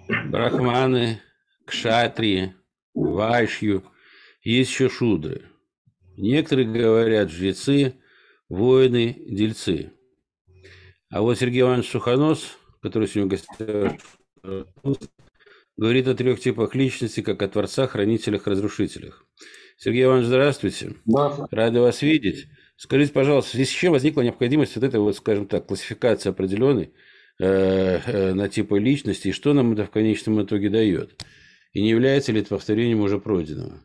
брахманы, кшатрии, вайшью, есть еще шудры. Некоторые говорят жрецы, воины, дельцы. А вот Сергей Иванович Сухонос, который сегодня гостевой, говорит о трех типах личности, как о творцах, хранителях, разрушителях. Сергей Иванович, здравствуйте. Да, Рады вас видеть. Скажите, пожалуйста, в связи с чем возникла необходимость вот этой, вот, скажем так, классификации определенной на типы личности, и что нам это в конечном итоге дает? И не является ли это повторением уже пройденного?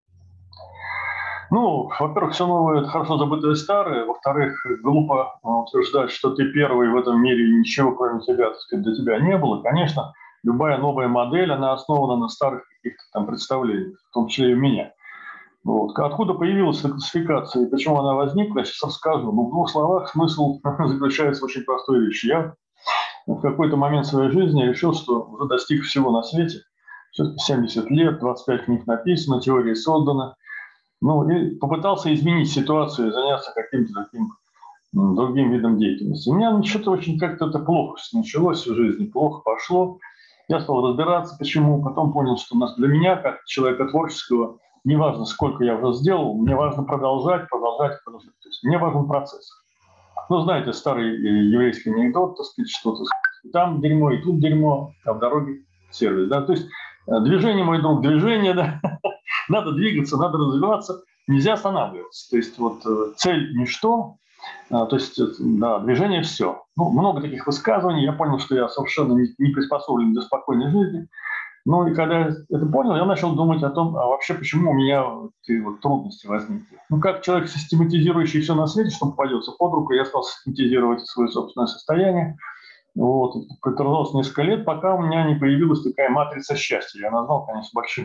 ну, во-первых, все новое – это хорошо забытое старое. Во-вторых, глупо утверждать, что ты первый в этом мире, и ничего кроме тебя, так сказать, до тебя не было. Конечно, любая новая модель, она основана на старых каких-то там представлениях, в том числе и у меня. Вот. Откуда появилась эта классификация и почему она возникла, я сейчас расскажу. Ну, в двух словах смысл заключается в очень простой вещи. Я в какой-то момент своей жизни решил, что уже достиг всего на свете. Все-таки 70 лет, 25 книг написано, теории созданы. Ну, и попытался изменить ситуацию, заняться каким-то таким другим видом деятельности. У меня что-то очень как-то это плохо началось в жизни, плохо пошло. Я стал разбираться, почему. Потом понял, что для меня, как человека творческого, неважно, сколько я уже сделал, мне важно продолжать. То есть мне важен процесс. Ну, знаете, старый еврейский анекдот, так сказать, что-то там дерьмо, и тут дерьмо, а в дороге сервис. Да? То есть движение, мой друг, движение, да, надо двигаться, надо развиваться, нельзя останавливаться. То есть вот цель ничто, то есть да, движение все. Ну, много таких высказываний, я понял, что я совершенно не приспособлен для спокойной жизни. Ну и когда я это понял, я начал думать о том, а вообще почему у меня эти вот трудности возникли. Ну как человек, систематизирующий все на свете, что попадется под руку, я стал систематизировать свое собственное состояние. Вот, продолжалось несколько лет, пока у меня не появилась такая матрица счастья. Я назвал, конечно,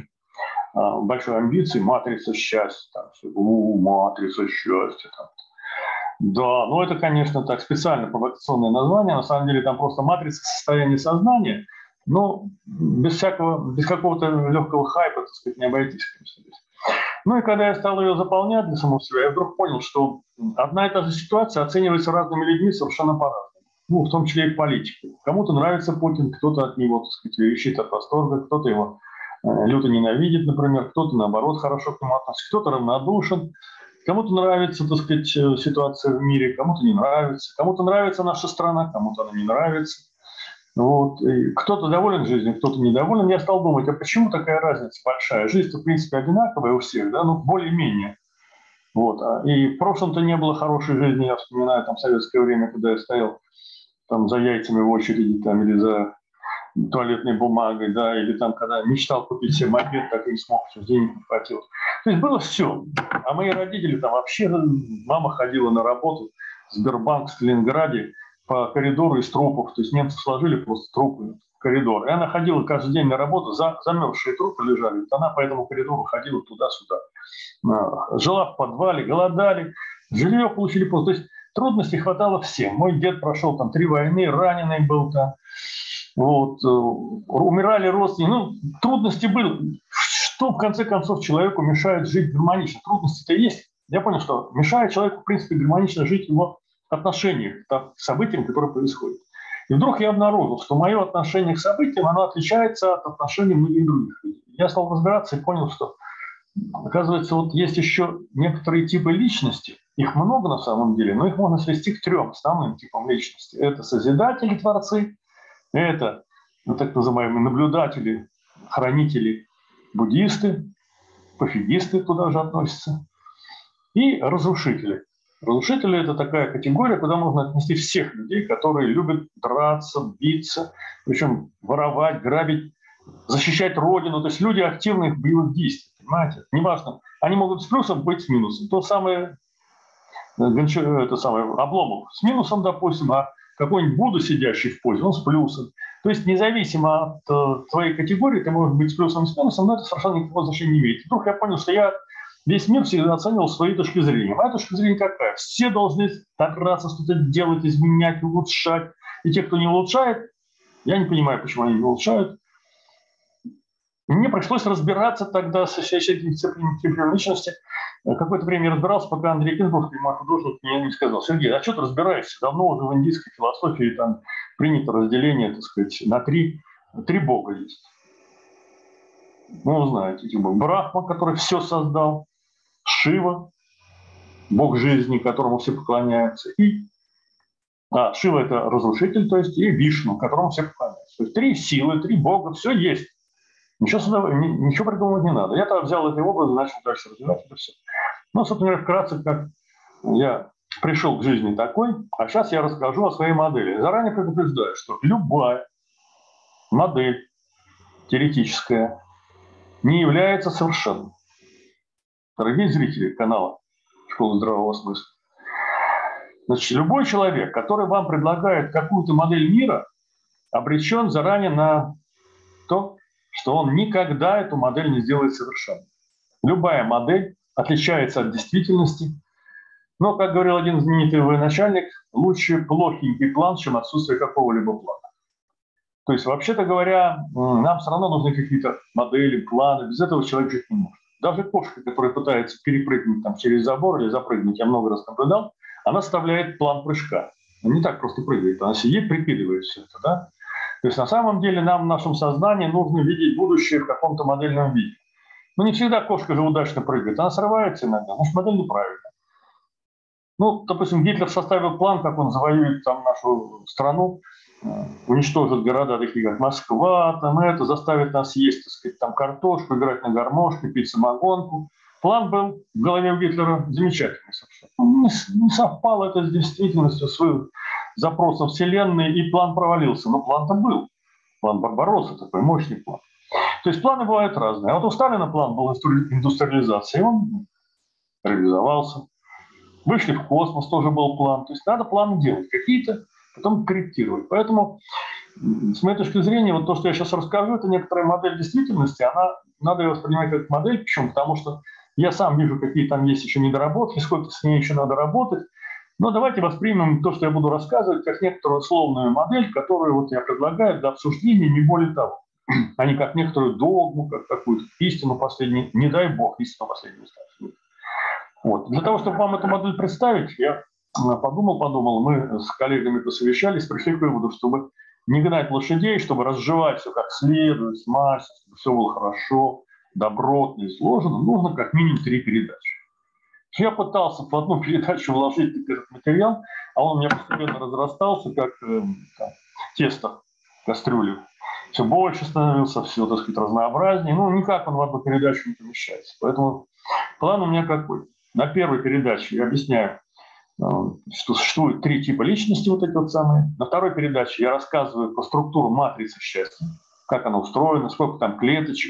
большой амбицией матрица счастья. Там, матрица счастья. Там. Да, ну это, конечно, так специально провокационное название. На самом деле там просто матрица состояния сознания, но без какого-то легкого хайпа, так сказать, не обойтись, конечно. Ну и когда я стал ее заполнять для самого себя, я вдруг понял, что одна и та же ситуация оценивается разными людьми совершенно по-разному. Ну, в том числе и политикой. Кому-то нравится Путин, кто-то от него, так сказать, верещит от восторга, кто-то его люто ненавидит, например, кто-то, наоборот, хорошо к нему относится, кто-то равнодушен, кому-то нравится, так сказать, ситуация в мире, кому-то не нравится, кому-то нравится наша страна, кому-то она не нравится. Вот. И кто-то доволен жизнью, кто-то недоволен. Я стал думать, а почему такая разница большая? Жизнь-то, в принципе, одинаковая у всех, да, ну, более-менее. Вот. И в прошлом-то не было хорошей жизни, я вспоминаю там советское время, когда я стоял там за яйцами в очереди, там, или за туалетной бумагой, да, или там, когда мечтал купить себе мопед, так и не смог, все, денег не хватило. То есть было все. А мои родители там вообще, мама ходила на работу в Сбербанк в Сталинграде по коридору из трупов, то есть немцы сложили просто трупы в коридор. И она ходила каждый день на работу, замерзшие трупы лежали, вот она по этому коридору ходила туда-сюда. Жила в подвале, голодали, жилье получили поздно. То есть трудностей хватало всем. Мой дед прошел там 3 войны, раненый был там, вот, умирали родственники. Ну, трудности были. Что, в конце концов, человеку мешает жить гармонично? Трудности-то есть. Я понял, что мешает человеку, в принципе, гармонично жить в его отношениях к событиям, которые происходят. И вдруг я обнаружил, что мое отношение к событиям, оно отличается от отношений многих других людей. Я стал разбираться и понял, что, оказывается, вот есть еще некоторые типы личности. Их много на самом деле, но их можно свести к 3 основным типам личности. Это созидатели, творцы, это так называемые наблюдатели, хранители, буддисты, пофигисты туда же относятся, и разрушители. Разрушители – это такая категория, куда можно отнести всех людей, которые любят драться, биться, причем воровать, грабить, защищать родину. То есть люди активных в боевых действиях, понимаете? Неважно. Они могут с плюсом быть с минусом. То самое это самое, Обломов с минусом, допустим, а какой-нибудь Будда, сидящий в позе, он с плюсом. То есть независимо от твоей категории, ты можешь быть с плюсом и с минусом, но это совершенно никакого значения не имеет. Вдруг я понял, что я весь мир всегда оценивал своей точки зрения. Моя точка зрения какая? Все должны стараться что-то делать, изменять, улучшать. И те, кто не улучшает, я не понимаю, почему они не улучшают. Мне пришлось разбираться тогда с этими дисциплинами личности. Какое-то время я разбирался, пока Андрей Кензбургский, мой художник, мне не сказал: Сергей, а что ты разбираешься? Давно уже в индийской философии там принято разделение, так сказать, на 3 три бога есть. Ну, вы знаете, типа Брахма, который все создал, Шива, бог жизни, которому все поклоняются, и Шива – это разрушитель, то есть, и Вишну, которому все поклоняются. То есть три силы, три бога, все есть. Ничего придумывать не надо. Я тогда взял эти образы, начал дальше развивать это все. Ну, собственно говоря, вкратце, как я пришел к жизни такой, а сейчас я расскажу о своей модели. Заранее предупреждаю, что любая модель теоретическая не является совершенной. Дорогие зрители канала «Школа здравого смысла», значит, любой человек, который вам предлагает какую-то модель мира, обречен заранее на то, что он никогда эту модель не сделает совершенной. Любая модель отличается от действительности, но, как говорил один знаменитый военачальник, лучше плохенький план, чем отсутствие какого-либо плана. То есть, вообще-то говоря, нам все равно нужны какие-то модели, планы. Без этого человек жить не может. Даже кошка, которая пытается перепрыгнуть там, через забор или запрыгнуть, я много раз наблюдал, она составляет план прыжка. Она не так просто прыгает, она сидит, прикидывает все это. Да? То есть, на самом деле, нам в нашем сознании нужно видеть будущее в каком-то модельном виде. Но не всегда кошка же удачно прыгает. Она срывается иногда, значит, модель неправильная. Ну, допустим, Гитлер составил план, как он завоюет там нашу страну, уничтожит города, такие как Москва, там это, заставит нас есть, так сказать, там картошку, играть на гармошке, пить самогонку. План был в голове у Гитлера замечательный совершенно. Не совпало это с действительностью, с запросом Вселенной, и план провалился. Но план-то был. План Барбаросса, такой мощный план. То есть планы бывают разные. А вот у Сталина план был индустриализация, и он реализовался. Вышли в космос, тоже был план. То есть надо планы делать какие-то, потом корректировать. Поэтому, с моей точки зрения, вот то, что я сейчас расскажу, это некоторая модель действительности. Надо ее воспринимать как модель. Почему? Потому что я сам вижу, какие там есть еще недоработки, сколько с ней еще надо работать. Но давайте воспримем то, что я буду рассказывать, как некоторую условную модель, которую вот я предлагаю для обсуждения, не более того. А не как некоторую догму, как какую-то истину последнюю, не дай бог, истину последнюю ставить. Вот. Для того, чтобы вам эту модель представить, я подумал, мы с коллегами посовещались, пришли к выводу, чтобы не гнать лошадей, чтобы разжевать все как следует, с массой, чтобы все было хорошо, добротно изложено, нужно как минимум 3 передачи. Я пытался в одну передачу вложить этот материал, а он у меня постепенно разрастался, как тесто в кастрюле. Все больше становился, все, так сказать, разнообразнее. Ну, никак он в одну передачу не помещается. Поэтому план у меня какой? На первой передаче я объясняю, что существует 3 типа личности, вот эти вот самые. На второй передаче я рассказываю про структуру матрицы счастья, как она устроена, сколько там клеточек,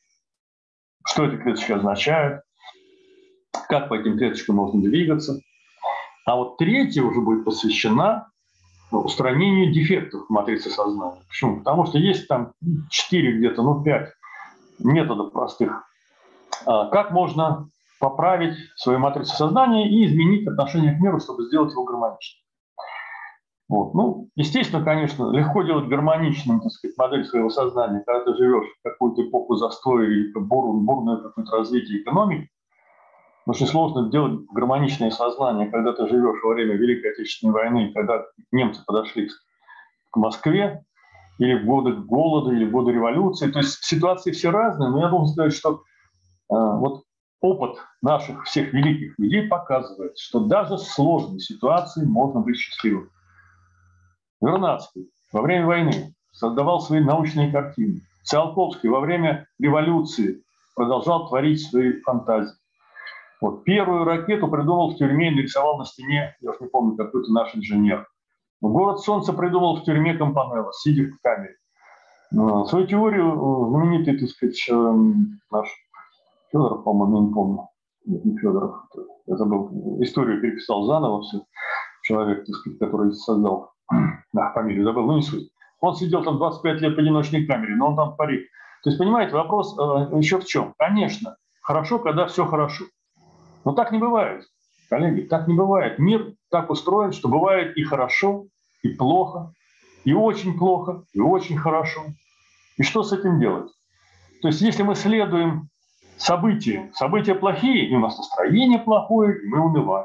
что эти клеточки означают, как по этим клеточкам можно двигаться. А вот третья уже будет посвящена устранению дефектов в матрице сознания. Почему? Потому что есть там 4 где-то, 5 методов простых. Как можно поправить свою матрицу сознания и изменить отношение к миру, чтобы сделать его гармоничным. Вот. Ну, естественно, конечно, легко делать гармоничным, так сказать, модель своего сознания, когда ты живешь в какую-то эпоху застоя или бурное какое-то развитие экономики. Очень сложно делать гармоничное сознание, когда ты живешь во время Великой Отечественной войны, когда немцы подошли к Москве, или в годы голода, или в годы революции. То есть ситуации все разные, но я должен сказать, что вот опыт наших всех великих людей показывает, что даже в сложной ситуации можно быть счастливым. Вернадский во время войны создавал свои научные картины. Циолковский во время революции продолжал творить свои фантазии. Вот. Первую ракету придумал в тюрьме и нарисовал на стене, я уж не помню, какой-то наш инженер. Город солнца придумал в тюрьме Кампанелло, сидя в камере. Свою теорию знаменитый, так сказать, наш Федоров, по-моему, я не помню. Нет, не Федоров. Я забыл. Историю переписал заново все. Человек, так сказать, который создал. Фамилию забыл, но не суть. Он сидел там 25 лет в одиночной камере, но он там парик. То есть, понимаете, вопрос еще в чем? Конечно, хорошо, когда все хорошо. Но так не бывает, коллеги, так не бывает. Мир так устроен, что бывает и хорошо, и плохо, и очень хорошо. И что с этим делать? То есть, если мы следуем события плохие, и у нас настроение плохое, и мы унываем.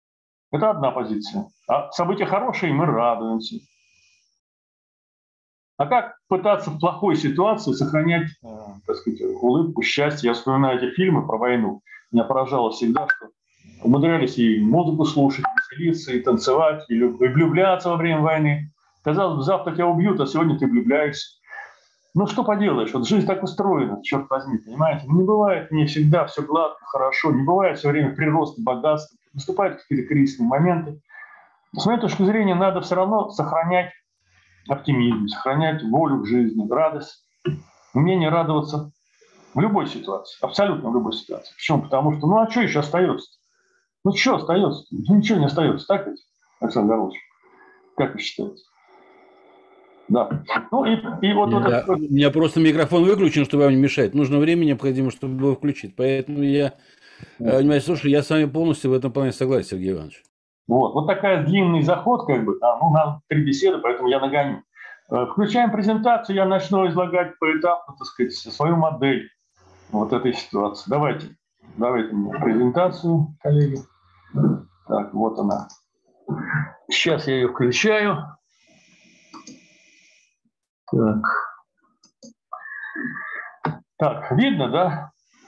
Это одна позиция. А события хорошие, и мы радуемся. А как пытаться в плохой ситуации сохранять, так сказать, улыбку, счастье? Я вспоминаю эти фильмы про войну. Меня поражало всегда, что умудрялись и музыку слушать, и веселиться, и танцевать, и влюбляться во время войны. Казалось бы, завтра тебя убьют, а сегодня ты влюбляешься. Ну, что поделаешь, вот жизнь так устроена, черт возьми, понимаете? Не бывает не всегда все гладко, хорошо, не бывает все время прироста, богатства, наступают какие-то кризисные моменты. Но с моей точки зрения, надо все равно сохранять оптимизм, сохранять волю к жизни, радость, умение радоваться в любой ситуации, абсолютно в любой ситуации. Почему? Потому что, ну а что еще остается? Ну что остается? Ничего не остается, так ведь, Александр Горлович? Как вы считаете? Да. Ну и вот Да, у это... меня просто микрофон выключен, чтобы вам не мешать. Нужно время необходимо, чтобы его включить. Поэтому я, понимаете, слушай, я с вами полностью в этом плане согласен, Сергей Иванович. Вот такая длинный заход, как бы, ну, нам 3 беседы, поэтому я нагоню. Включаем презентацию, я начну излагать поэтапно, так сказать, свою модель вот этой ситуации. Давайте мне презентацию, коллеги. Так, вот она. Сейчас я ее включаю. Так, видно, да?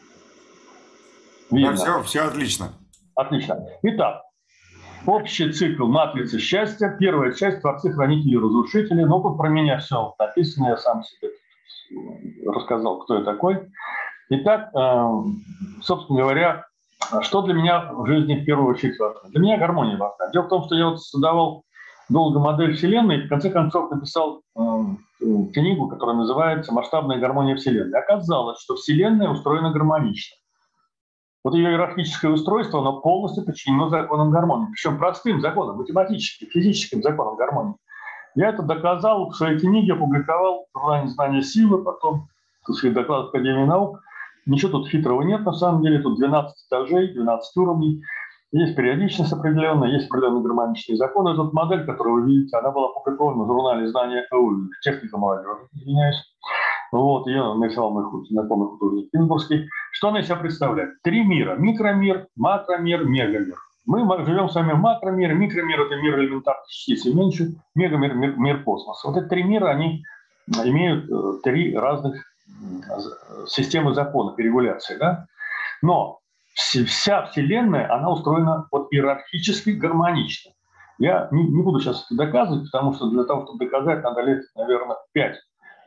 Видно. Да, все отлично. Отлично. Итак, общий цикл матрицы счастья. Первая часть — творцы, хранители, разрушители. Ну, тут про меня все написано, я сам себе рассказал, кто я такой. Итак, собственно говоря, что для меня в жизни в первую очередь важно? Для меня гармония важна. Дело в том, что я вот создавал долго модель Вселенной и в конце концов написал книгу, которая называется «Масштабная гармония Вселенной». Оказалось, что Вселенная устроена гармонично. Вот ее иерархическое устройство, оно полностью подчинено законам гармонии. Причем простым законам, математическим, физическим законам гармонии. Я это доказал в своей книге, опубликовал в журнале «Знания силы», потом, так сказать, доклад Академии наук. Ничего тут хитрого нет, на самом деле. Тут 12 этажей, 12 уровней. Есть периодичность определенная, есть определенные гармоничные законы. Эта модель, которую вы видите, она была опубликована в журнале «Знания техника молодежи», извиняюсь. Вот, ее нарисовал мой знакомый художник Пинбургский. Что она из себя представляет? 3 мира. Микромир, макромир, мегамир. Мы живем с вами в макромире. Микромир – это мир элементарных частиц и меньше. Мегамир – мир космоса. Вот эти 3 мира, они имеют 3 разных системы законов и регуляции. Да? Но вся Вселенная, она устроена вот иерархически гармонично. Я не буду сейчас это доказывать, потому что для того, чтобы доказать, надо лет, наверное, 5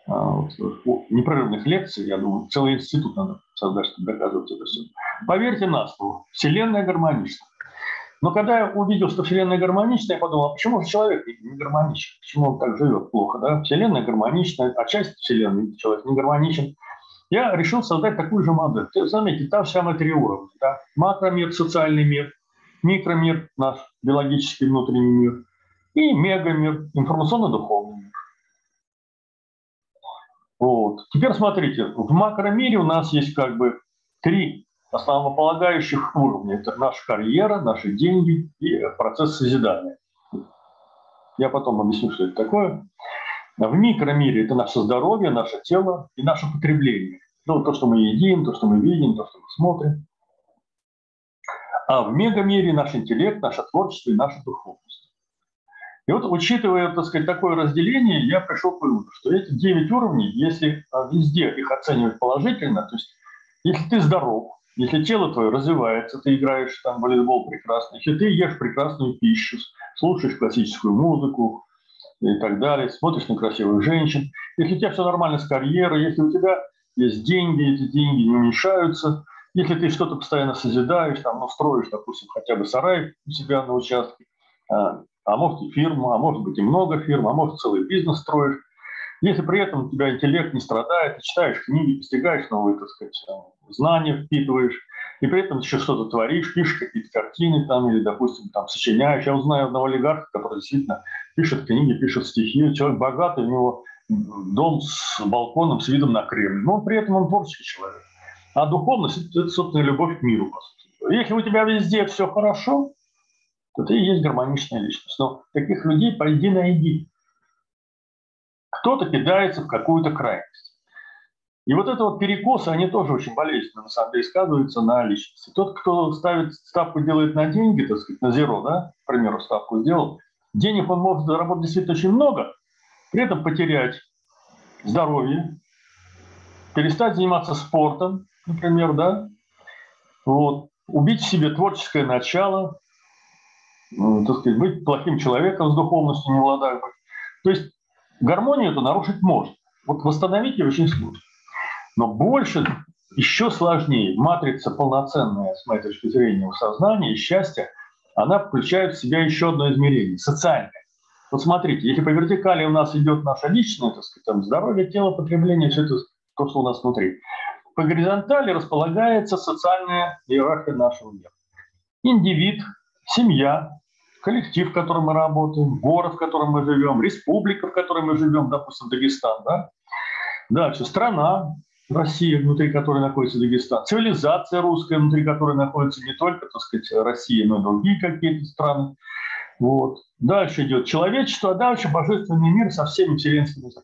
непрерывных лекций. Я думаю, целый институт надо создать, чтобы доказывать это все. Поверьте на слово, Вселенная гармонична. Но когда я увидел, что Вселенная гармонична, я подумал, а почему же человек не гармоничен? Почему он так живет плохо? Да? Вселенная гармонична, а часть Вселенной человек не гармоничен. Я решил создать такую же модель. Заметьте, там самые 3 уровня. Да? Макромир, социальный мир, микромир, наш биологический внутренний мир, и мегамир, информационно-духовный мир. Вот. Теперь смотрите, в макромире у нас есть как бы 3 основополагающих уровня. Это наша карьера, наши деньги и процесс созидания. Я потом объясню, что это такое. В микромире это наше здоровье, наше тело и наше потребление. Ну, то, что мы едим, то, что мы видим, то, что мы смотрим. А в мегамире наш интеллект, наше творчество и наша духовность. И вот, учитывая, так сказать, такое разделение, я пришел к выводу, что эти 9 уровней, если везде их оценивать положительно, то есть если ты здоров, если тело твое развивается, ты играешь там в волейбол прекрасно, если ты ешь прекрасную пищу, слушаешь классическую музыку и так далее, смотришь на красивых женщин, если у тебя все нормально с карьерой, если у тебя есть деньги, эти деньги не уменьшаются, если ты что-то постоянно созидаешь, там, строишь, допустим, хотя бы сарай у себя на участке, а может и фирму, а может быть и много фирм, а может целый бизнес строишь. Если при этом у тебя интеллект не страдает, ты читаешь книги, постигаешь новые, так сказать, знания, впитываешь, и при этом еще что-то творишь, пишешь какие-то картины там, или, допустим, там, сочиняешь. Я узнаю одного олигарха, который действительно пишет книги, пишет стихи. Человек богатый, у него дом с балконом, с видом на Кремль. Но при этом он творческий человек. А духовность – это, собственно, любовь к миру, по сути. Если у тебя везде все хорошо, то ты и есть гармоничная личность. Но таких людей пойди найди. Кто-то кидается в какую-то крайность. И вот это вот перекосы, они тоже очень болезненно, на самом деле, сказываются на личности. Тот, кто ставит ставку, делает на деньги, так сказать, на зеро, да, к примеру, ставку сделал, денег он может заработать действительно очень много, при этом потерять здоровье, перестать заниматься спортом, например, да, вот, убить в себе творческое начало, так сказать, быть плохим человеком с духовностью, не владая. То есть гармонию эту нарушить можно. Вот восстановить ее очень сложно. Но больше, еще сложнее, матрица полноценная, с моей точки зрения, у сознания и счастья, она включает в себя еще одно измерение – социальное. Вот смотрите, если по вертикали у нас идет наша личная, так сказать, там, здоровье, тело, потребление, все это то, что у нас внутри. По горизонтали располагается социальная иерархия нашего мира. Индивид, семья, коллектив, в котором мы работаем, город, в котором мы живем, республика, в которой мы живем, допустим, Дагестан, да? Дальше страна, Россия, внутри которой находится Дагестан, цивилизация русская, внутри которой находится не только, так сказать, Россия, но и другие какие-то страны. Вот. Дальше идет человечество, а дальше божественный мир со всеми вселенскими законами.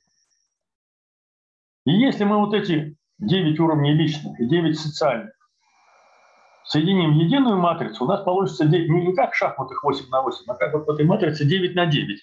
И если мы вот эти 9 уровней личных и 9 социальных соединим в единую матрицу, у нас получится не как в шахматах 8 на 8, а как вот в этой матрице 9 на 9.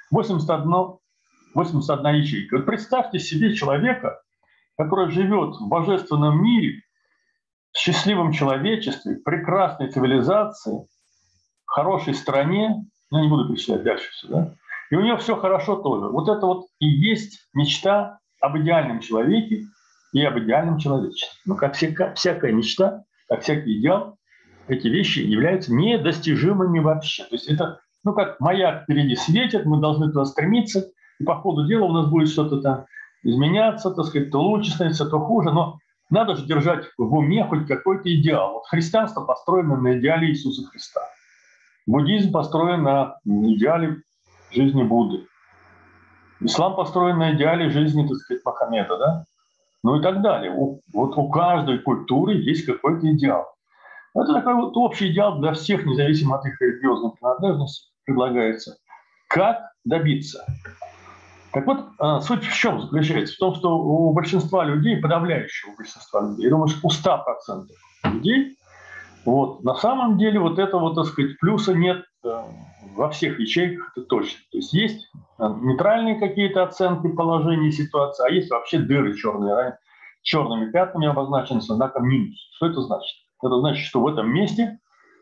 81 ячейка. Вот представьте себе человека, который живет в божественном мире, в счастливом человечестве, в прекрасной цивилизации, в хорошей стране, ну, не буду перечислять дальше все, да? И у него все хорошо тоже. Вот это вот и есть мечта об идеальном человеке и об идеальном человечестве. Ну, как всякая мечта, как всякий идеал, эти вещи являются недостижимыми вообще. То есть это, ну, как маяк впереди светит, мы должны туда стремиться, и по ходу дела у нас будет что-то там изменяться, так сказать, то лучше становится, то хуже, но надо же держать в уме хоть какой-то идеал. Вот христианство построено на идеале Иисуса Христа. Буддизм построен на идеале жизни Будды. Ислам построен на идеале жизни, так сказать, Мухаммеда, да? Ну и так далее. Вот у каждой культуры есть какой-то идеал. Это такой вот общий идеал для всех, независимо от их религиозной принадлежности, предлагается. Как добиться? Так вот, суть в чем заключается? В том, что у большинства людей, подавляющего большинства людей, я думаю, что у 100% людей, вот, на самом деле вот этого, так сказать, плюса нет во всех ячейках, это точно. То есть есть нейтральные какие-то оценки положения ситуации, а есть вообще дыры черные, черными пятнами обозначены со знаком минус. Что это значит? Это значит, что в этом месте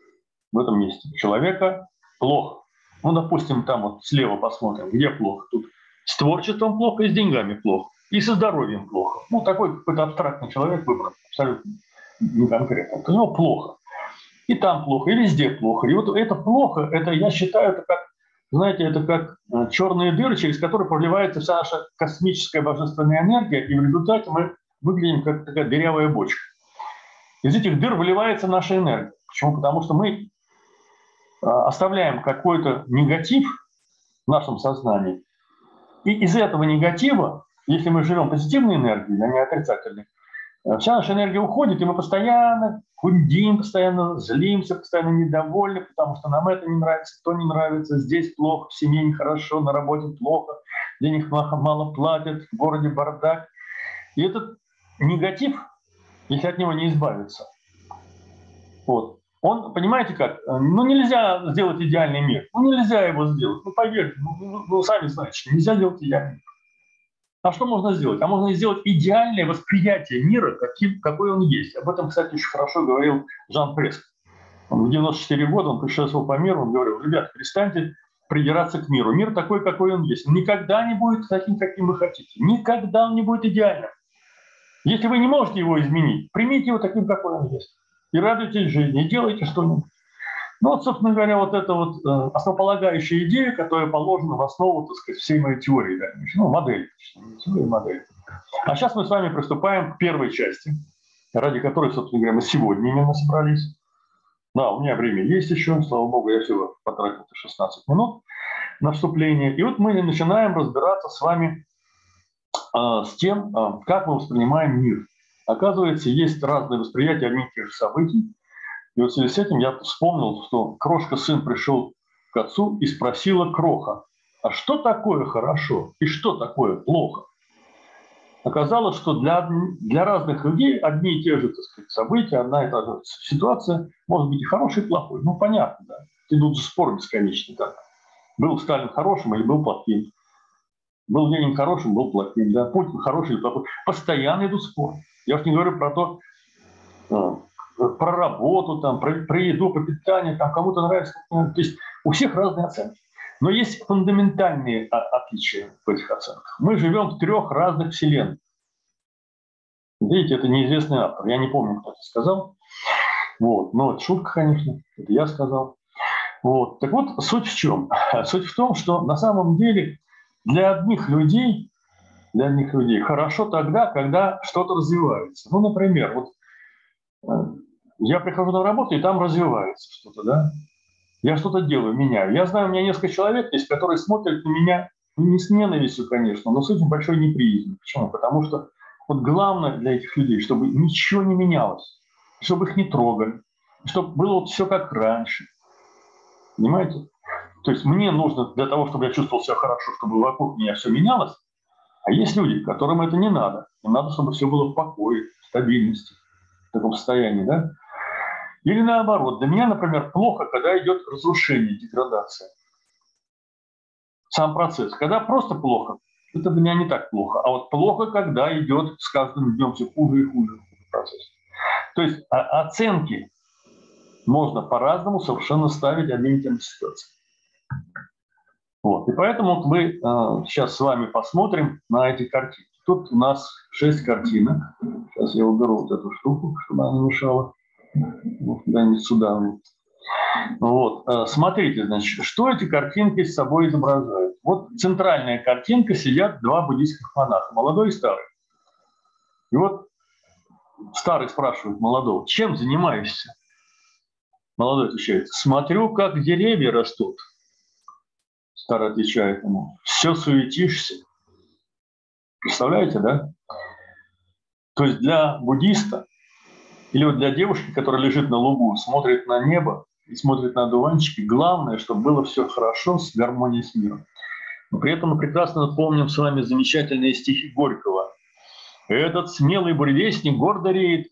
у человека плохо. Ну, допустим, там вот слева посмотрим, где плохо. Тут с творчеством плохо, и с деньгами плохо, и со здоровьем плохо. Ну, такой какой-то абстрактный человек выбран, абсолютно не конкретно. У него плохо. И там плохо, и везде плохо. И вот это плохо, это, я считаю, это как, знаете, это как черные дыры, через которые проливается вся наша космическая божественная энергия, и в результате мы выглядим как такая дырявая бочка. Из этих дыр выливается наша энергия. Почему? Потому что мы оставляем какой-то негатив в нашем сознании, и из этого негатива, если мы живем позитивной энергией, а не отрицательной, вся наша энергия уходит, и мы постоянно худим, постоянно злимся, постоянно недовольны, потому что нам это не нравится, то не нравится, здесь плохо, в семье нехорошо, на работе плохо, денег мало платят, в городе бардак. И этот негатив, если от него не избавиться, вот, он, понимаете как, ну нельзя сделать идеальный мир, ну нельзя его сделать, ну поверьте, ну сами знаете, что нельзя делать идеальный мир. А что можно сделать? А можно сделать идеальное восприятие мира, какой он есть. Об этом, кстати, очень хорошо говорил Жан Преск. Он в 94 года, он путешествовал по миру, он говорил: ребят, перестаньте придираться к миру. Мир такой, какой он есть. Он никогда не будет таким, каким вы хотите. Никогда он не будет идеальным. Если вы не можете его изменить, примите его таким, какой он есть. И радуйтесь жизни, и делайте что-нибудь. Ну вот, собственно говоря, вот эта вот основополагающая идея, которая положена в основу, так сказать, всей моей теории, да, ну, модели, теории модели. А сейчас мы с вами приступаем к первой части, ради которой, собственно говоря, мы сегодня именно собрались. Да, у меня время есть еще, слава богу, я всего потратил 16 минут на вступление. И вот мы начинаем разбираться с вами с тем, как мы воспринимаем мир. Оказывается, есть разные восприятия одних и тех же событий. И вот в связи с этим я вспомнил, что Крошка-сын пришел к отцу и спросила Кроха: а что такое хорошо и что такое плохо? Оказалось, что для разных людей одни и те же, так сказать, события, одна и та же ситуация может быть и хорошей, и плохой. Ну, понятно, да. Идут же споры бесконечные. Так. Был Сталин хорошим или был плохим? Был Ленин хорошим, был плохим, да, Путин хороший или плохой. Постоянно идут споры. Я уж не говорю про то, про работу, там, про еду, про питание, там, кому-то нравится. То есть у всех разные оценки. Но есть фундаментальные отличия в этих оценках. Мы живем в 3 разных вселенных. Видите, это неизвестный автор. Я не помню, кто это сказал. Вот. Но это шутка, конечно. Это я сказал. Вот. Так вот, суть в чем? Суть в том, что на самом деле для одних людей хорошо тогда, когда что-то развивается. Ну, например, вот я прихожу на работу, и там развивается что-то, да? Я что-то делаю, меняю. Я знаю, у меня несколько человек есть, которые смотрят на меня, ну, не с ненавистью, конечно, но с очень большой неприязнью. Почему? Потому что вот главное для этих людей, чтобы ничего не менялось, чтобы их не трогали, чтобы было вот все как раньше. Понимаете? То есть мне нужно для того, чтобы я чувствовал себя хорошо, чтобы вокруг меня все менялось, а есть люди, которым это не надо. Им надо, чтобы все было в покое, в стабильности, в таком состоянии, да? Или наоборот, для меня, например, плохо, когда идет разрушение, деградация. Сам процесс. Когда просто плохо, это для меня не так плохо. А вот плохо, когда идет с каждым днем все хуже и хуже процесс. То есть оценки можно по-разному совершенно ставить одним и тем же ситуациям. Вот. И поэтому вот мы сейчас с вами посмотрим на эти картинки. Тут у нас 6 картинок. Сейчас я уберу вот эту штуку, чтобы она не мешала. Вот, куда-нибудь сюда. Вот. Смотрите, значит, что эти картинки с собой изображают. Вот центральная картинка, сидят 2 буддийских монаха, молодой и старый. И вот старый спрашивает молодого: чем занимаешься? Молодой отвечает: смотрю, как деревья растут. Старый отвечает ему: все суетишься. Представляете, да? То есть для буддиста или вот для девушки, которая лежит на лугу, смотрит на небо и смотрит на одуванчики, главное, чтобы было все хорошо, с гармонией с миром. Но при этом мы прекрасно помним с вами замечательные стихи Горького. Этот смелый буревестник гордо реет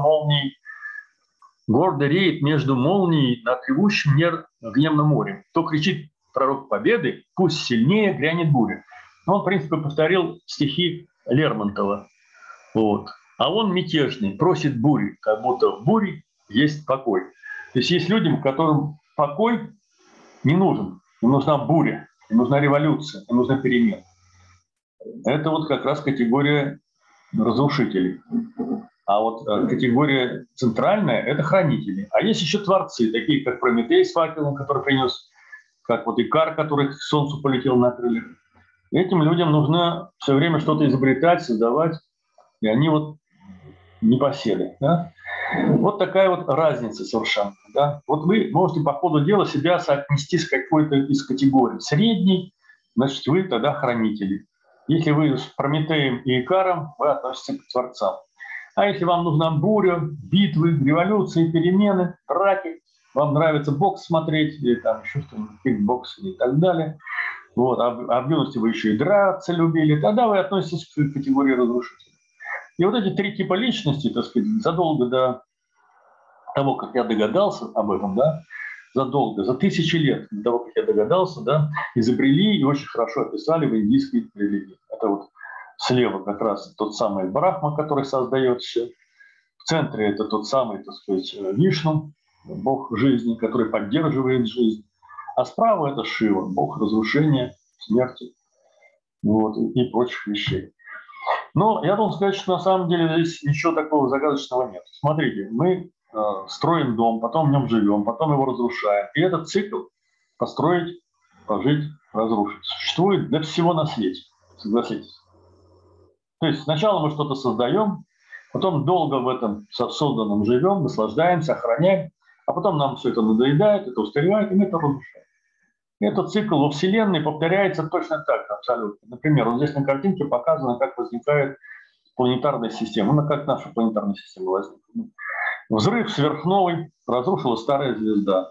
между молнией над ревущим гневным морем. То кричит пророк победы, пусть сильнее грянет буря. Он, в принципе, повторил стихи Лермонтова. Вот. А он мятежный, просит бури, как будто в буре есть покой. То есть есть люди, которым покой не нужен. Им нужна буря, им нужна революция, им нужна перемена. Это вот как раз категория разрушителей. А вот категория центральная – это хранители. А есть еще творцы, такие как Прометей с факелом, который принес, как вот Икар, который к Солнцу полетел на крыльях. Этим людям нужно все время что-то изобретать, создавать, и они вот не посели. Да? Вот такая вот разница совершенно. Да? Вот вы можете по ходу дела себя соотнести с какой-то из категорий. Средний, значит, вы тогда хранители. Если вы с Прометеем и Икаром, вы относитесь к творцам. А если вам нужна буря, битвы, революции, перемены, драки, вам нравится бокс смотреть, или там еще что-нибудь, кикбокс и так далее, вот, а в юности вы еще и драться любили, тогда вы относитесь к категории разрушителей. И вот эти 3 типа личности, так сказать, задолго до того, как я догадался об этом, да, за тысячи лет до того, как я догадался, да, изобрели и очень хорошо описали в индийской религии. Это вот слева как раз тот самый Брахма, который создает все. В центре это тот самый, так сказать, Вишну, бог жизни, который поддерживает жизнь. А справа это Шива, бог разрушения, смерти, вот, и прочих вещей. Но я должен сказать, что на самом деле здесь ничего такого загадочного нет. Смотрите, мы строим дом, потом в нем живем, потом его разрушаем. И этот цикл построить, пожить, разрушить существует для всего на свете, согласитесь. То есть сначала мы что-то создаем, потом долго в этом созданном живем, наслаждаемся, охраняем, а потом нам все это надоедает, это устаревает, и мы это разрушаем. Этот цикл во Вселенной повторяется точно так, абсолютно. Например, вот здесь на картинке показано, как возникает планетарная система. Ну, как наша планетарная система возникла. Взрыв сверхновой разрушила старая звезда.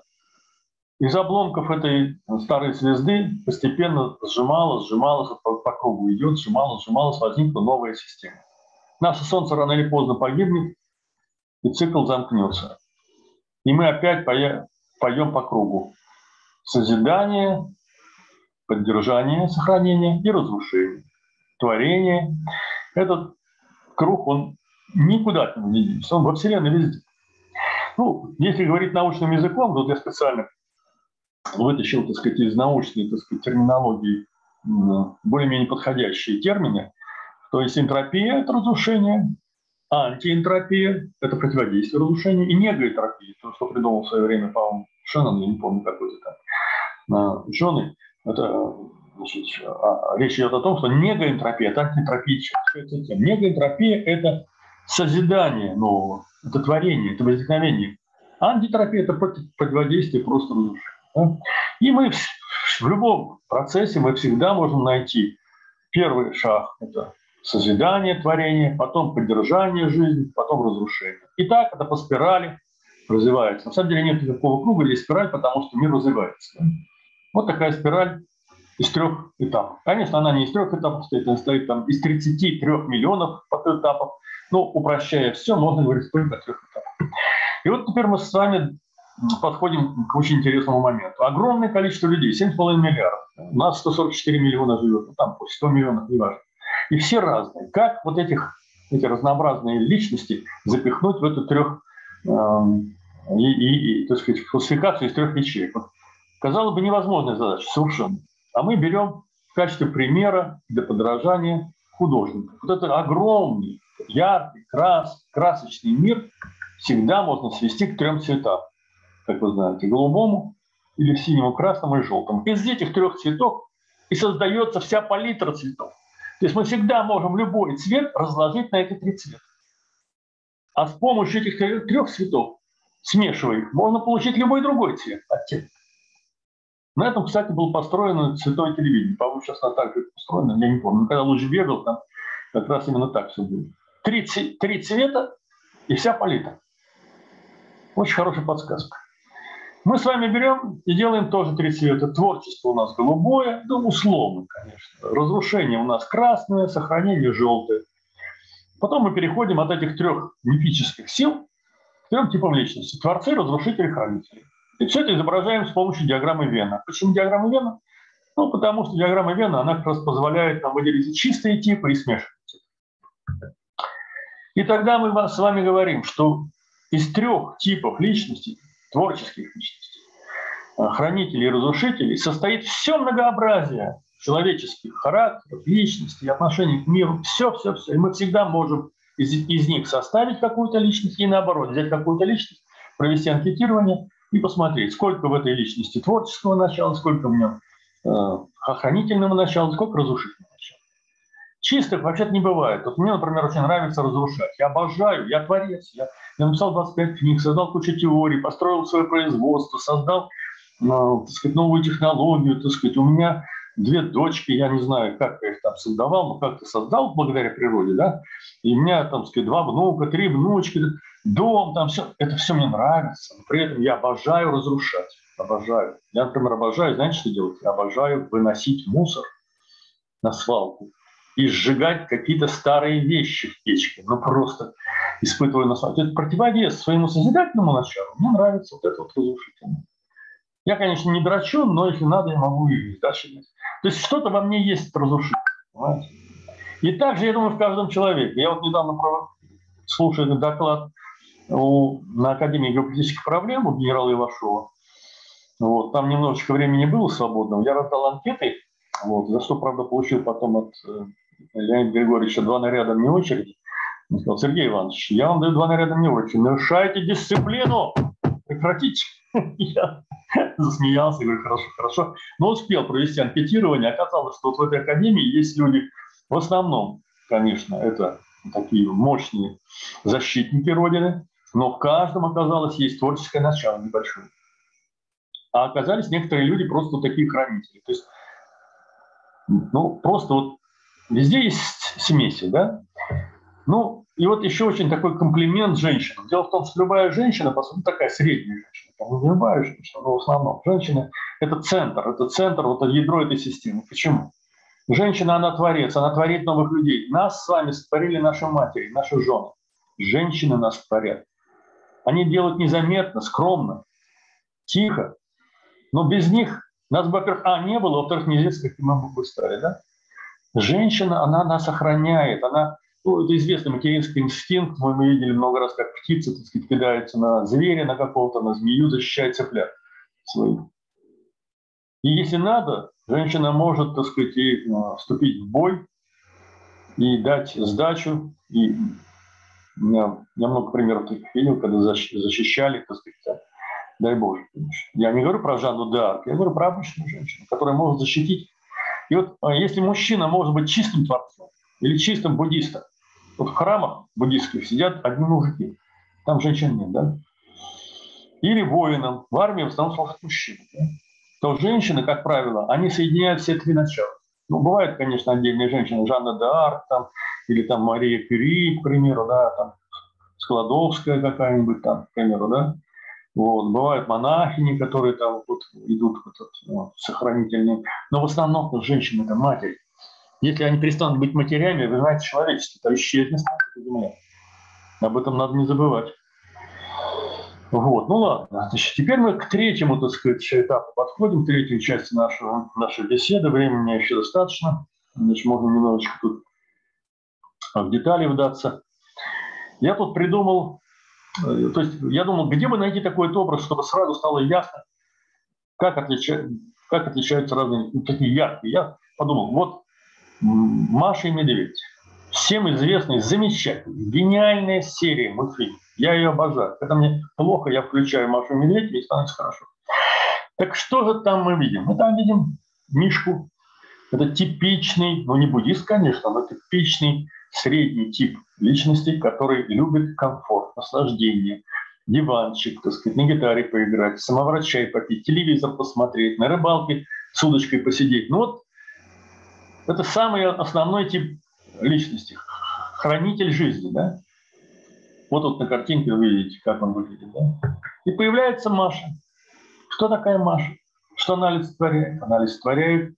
Из обломков этой старой звезды постепенно сжималась по кругу идет, сжималась, возникла новая система. Наше Солнце рано или поздно погибнет, и цикл замкнется. И мы опять поем по кругу. Созидание, поддержание, сохранение и разрушение. Творение. Этот круг, он никуда не денется, он во Вселенной везде. Ну, если говорить научным языком, вот я специально вытащил, так сказать, из научной, так сказать, терминологии более-менее подходящие термины, то есть энтропия – это разрушение, антиэнтропия – это противодействие разрушению, и негоэнтропия, то, что придумал в свое время, по-моему, Шеннон, я не помню, какой-то там ученый, это, значит, речь идет о том, что негоэнтропия – это антиэнтропическая система. Негоэнтропия – это созидание нового, это творение, это возникновение. Антиэнтропия – это противодействие просто разрушению. Да? И мы в любом процессе мы всегда можем найти первый шаг – это созидание, творение, потом поддержание жизни, потом разрушение. И так это по спирали развивается. На самом деле нет никакого круга или спираль, потому что мир развивается. Да? Вот такая спираль из 3 этапов. Конечно, она не из 3 этапов стоит, она стоит там из 33 миллионов этапов. Но упрощая все, можно говорить только о 3 этапах. И вот теперь мы с вами подходим к очень интересному моменту. Огромное количество людей, 7,5 миллиардов. У нас 144 миллиона живет, ну там 100 миллионов, неважно. И все разные. Как вот эти разнообразные личности запихнуть в эту так сказать, классификацию из 3 ячеек? Вот, казалось бы, невозможная задача, совершенно. А мы берем в качестве примера для подражания художников. Вот это огромный, яркий, красочный мир всегда можно свести к 3 цветам. Как вы знаете, голубому или синему, красному и желтому. Из этих 3 цветов и создается вся палитра цветов. То есть мы всегда можем любой цвет разложить на эти 3 цвета. А с помощью этих 3 цветов, смешивая их, можно получить любой другой цвет, оттенок. На этом, кстати, было построено цветное телевидение. По-моему, сейчас оно так же построено, я не помню. Но когда луч бегал, там как раз именно так все было. 3 цвета и вся палитра. Очень хорошая подсказка. Мы с вами берем и делаем тоже 3 цвета. Творчество у нас голубое, да условно, конечно. Разрушение у нас красное, сохранение желтое. Потом мы переходим от этих 3 мифических сил к 3 типам личности. Творцы, разрушители, хранители. И все это изображаем с помощью диаграммы Вена. Почему диаграмма Вена? Ну, потому что диаграмма Вена, она как раз позволяет нам выделить чистые типы и смешанные типы. И тогда мы с вами говорим, что из 3 типов личностей, творческих личностей, хранителей и разрушителей, состоит все многообразие человеческих характеров, личностей, отношений к миру, все. И мы всегда можем из них составить какую-то личность и наоборот, взять какую-то личность, провести анкетирование и посмотреть, сколько в этой личности творческого начала, сколько в нем охранительного начала, сколько разрушительного начала. Чистых вообще-то не бывает. Вот мне, например, очень нравится разрушать. Я обожаю, я творец. Я написал 25 книг, создал кучу теорий, построил свое производство, создал так сказать, новую технологию. Так сказать. У меня 2 дочки, я не знаю, как я их там создавал, но как-то создал благодаря природе. Да? И у меня там, так сказать, 2 внука, 3 внучки, дом, там все. Это все мне нравится. Но при этом я обожаю разрушать. Обожаю. Я, например, обожаю, знаете, что делать? Я обожаю выносить мусор на свалку и сжигать какие-то старые вещи в печке. Ну, просто испытываю насладу. Это противовес своему созидательному началу. Мне нравится вот это вот разрушительное. Я, конечно, не драчун, но если надо, я могу и дальше. То есть что-то во мне есть разрушительное. Понимаете? И также, я думаю, в каждом человеке. Я вот недавно слушал этот доклад на Академии геополитических проблем у генерала Ивашова. Вот, там немножечко времени было свободного. Я раздал анкеты, вот, за что, правда, получил потом от Леонида Григорьевича 2 наряда вне очереди. Он сказал: Сергей Иванович, я вам даю 2 наряда вне очереди. Нарушайте дисциплину! Прекратите! Я засмеялся и говорю: хорошо. Но успел провести анкетирование. Оказалось, что вот в этой академии есть люди, в основном, конечно, это такие мощные защитники Родины, но в каждом, оказалось, есть творческое начало небольшое. А оказались некоторые люди просто вот такие хранители. То есть, ну, просто вот везде есть смеси, да? Ну, и вот еще очень такой комплимент женщинам. Дело в том, что любая женщина, по сути, такая средняя женщина. Не любая женщина, но в основном. Женщина – это центр, вот это ядро этой системы. Почему? Женщина, она творец, она творит новых людей. Нас с вами сотворили наши матери, наши жены. Женщины нас творят. Они делают незаметно, скромно, тихо. Но без них Нас, во-первых, не было, во-вторых, неизвестно, какими мы бы стали, да? Женщина, она нас охраняет, она, ну, это известный материнский инстинкт, мы видели много раз, как птица, так сказать, кидается на зверя, на какого-то, на змею, защищает цыплят своих. И если надо, женщина может, так сказать, и вступить в бой, и дать сдачу. И я много примеров таких видел, когда защищали, так сказать, дай Боже. Я не говорю про Жанну д'Арк, я говорю про обычную женщину, которая может защитить. И вот если мужчина может быть чистым творцом или чистым буддистом, вот в храмах буддистских сидят одни мужики, там женщин нет, да? Или воином, в армии в основном служат мужчины, да? То женщины, как правило, они соединяют все три начала. Ну, бывают, конечно, отдельные женщины, Жанна д'Арк, там, или там Мария Кюри, к примеру, да, там, Складовская какая-нибудь там, к примеру, да. Вот. Бывают монахини, которые там вот идут сохранительные. Но в основном женщины – это матери. Если они перестанут быть матерями, вы знаете, человечество это исчезнет. Об этом надо не забывать. Вот, ну ладно. Значит, теперь мы к третьему, так сказать, этапу подходим, к третьей части нашей беседы. Времени у меня еще достаточно. Значит, можно немножечко тут в детали вдаться. Я тут придумал, то есть я думал, где бы найти такой образ, чтобы сразу стало ясно, как отличаются разные, такие яркие. Я подумал, вот Маша и Медведь. Всем известная, замечательная, гениальная серия мультфильмов. Я ее обожаю. Когда мне плохо, я включаю Машу и Медведь, и становится хорошо. Так что же там мы видим? Мы там видим Мишку. Это типичный, ну не буддист, конечно, но типичный средний тип личности, который любит комфорт, наслаждение, диванчик, так сказать, на гитаре поиграть, самовар чай попить, телевизор посмотреть, на рыбалке с удочкой посидеть. Ну вот это самый основной тип личности, хранитель жизни, да? Вот на картинке вы видите, как он выглядит, да? И появляется Маша. Что такая Маша? Что она олицетворяет? Она олицетворяет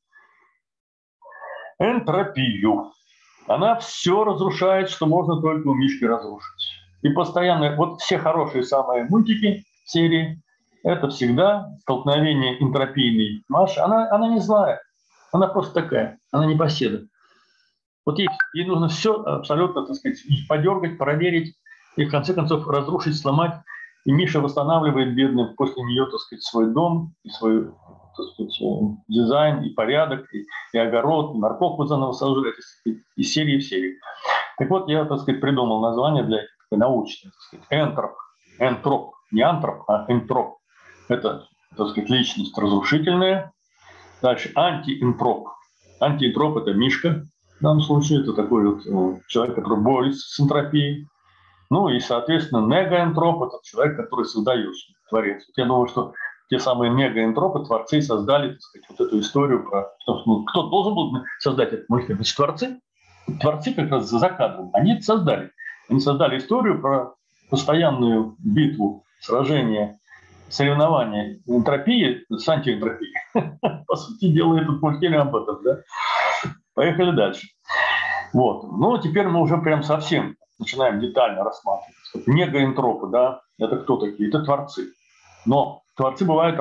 энтропию. Она все разрушает, что можно только у Мишки разрушить. И постоянно, вот все хорошие самые мультики, серии, это всегда столкновение энтропийной Маши. Она не злая, она просто такая, она непоседа. Вот ей нужно все абсолютно, так сказать, подергать, проверить и в конце концов разрушить, сломать. И Миша восстанавливает, бедный, после нее, так сказать, свой дом и свой, так сказать, дизайн, и порядок, и огород, и морковку заново сажает, и серии в серии. Так вот, я, так сказать, придумал название для такой научной, так сказать, энтроп. Энтроп. Не антроп, а энтроп. Это, так сказать, личность разрушительная. Дальше антиэнтроп. Антиэнтроп – это Мишка. В данном случае это такой вот человек, который борется с энтропией. Ну и, соответственно, негоэнтроп – это человек, который создает, творец. Вот я думаю, что те самые негоэнтропы, творцы, создали, так сказать, вот эту историю про то, что, кто должен был создать этот мультфильм. Значит, творцы. Творцы как раз за кадром, они это создали. Они создали историю про постоянную битву, сражение, соревнование энтропии с антиэнтропией. По сути дела, этот мультфильм об этом, да? Поехали дальше. Вот. Ну, теперь мы уже прям совсем начинаем детально рассматривать. Негоэнтропы, да, это кто такие? Это творцы. Но творцы бывают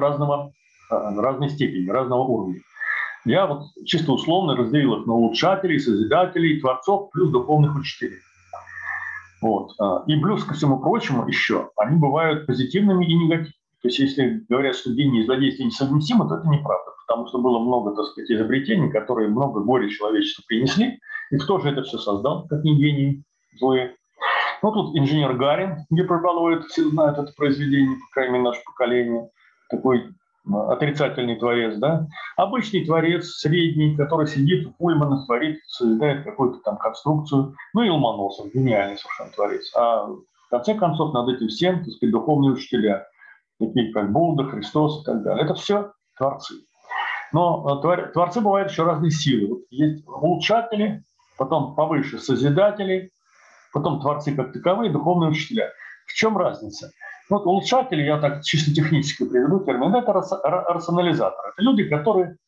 разной степени, разного уровня. Я вот чисто условно разделил их на улучшателей, созидателей, творцов плюс духовных учителей. Вот. И плюс ко всему прочему еще они бывают позитивными и негативными. То есть если говорят, что гений и злодействие несовместимы, то это неправда. Потому что было много, так сказать, изобретений, которые много горя человечеству принесли. И кто же это все создал, как не гении злые? Ну, тут инженер Гарин, где пропалывает, все знают это произведение, по крайней мере, наше поколение. Такой отрицательный творец, да? Обычный творец, средний, который сидит у Пульмана, творит, созидает какую-то там конструкцию. Ну и Ломоносов, гениальный совершенно творец. А в конце концов над этим всем, так сказать, духовные учителя, такие как Будда, Христос и так далее. Это все творцы. Но творцы бывают еще разные силы. Вот есть улучшатели, потом повыше созидатели, потом творцы как таковые, духовные учителя. В чем разница? Вот улучшатели, я так чисто технически приведу термин, это рационализаторы. Это люди, которые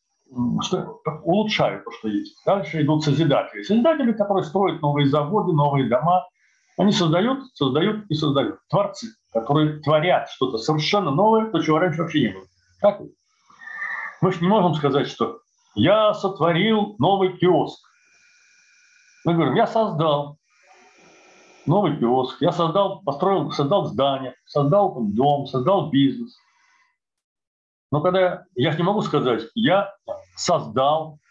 улучшают то, что есть. Дальше идут созидатели. Созидатели, которые строят новые заводы, новые дома. Они создают и создают. Творцы, которые творят что-то совершенно новое, то, чего раньше вообще не было. Как? Мы же не можем сказать, что я сотворил новый киоск. Мы говорим, я создал новый киоск, я построил, создал здание, создал дом, создал бизнес. Но когда я не могу сказать, я создал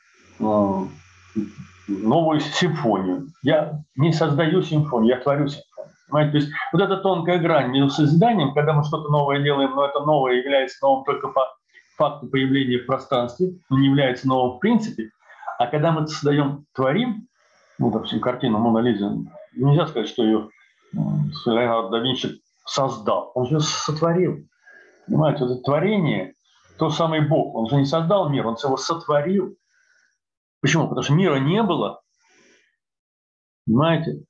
новую симфонию. Я не создаю симфонию, я творю симфонию. Понимаете? То есть вот эта тонкая грань между созиданием, когда мы что-то новое делаем, но это новое является новым только по факту появления в пространстве, но не является новым в принципе, а когда мы это создаем, творим, ну, допустим, картину «Мона Лиза», нельзя сказать, что ее Леонардо да Винчи создал, он же сотворил. Понимаете, вот это творение, тот самый Бог, он же не создал мир, он его сотворил. Почему? Потому что мира не было, понимаете?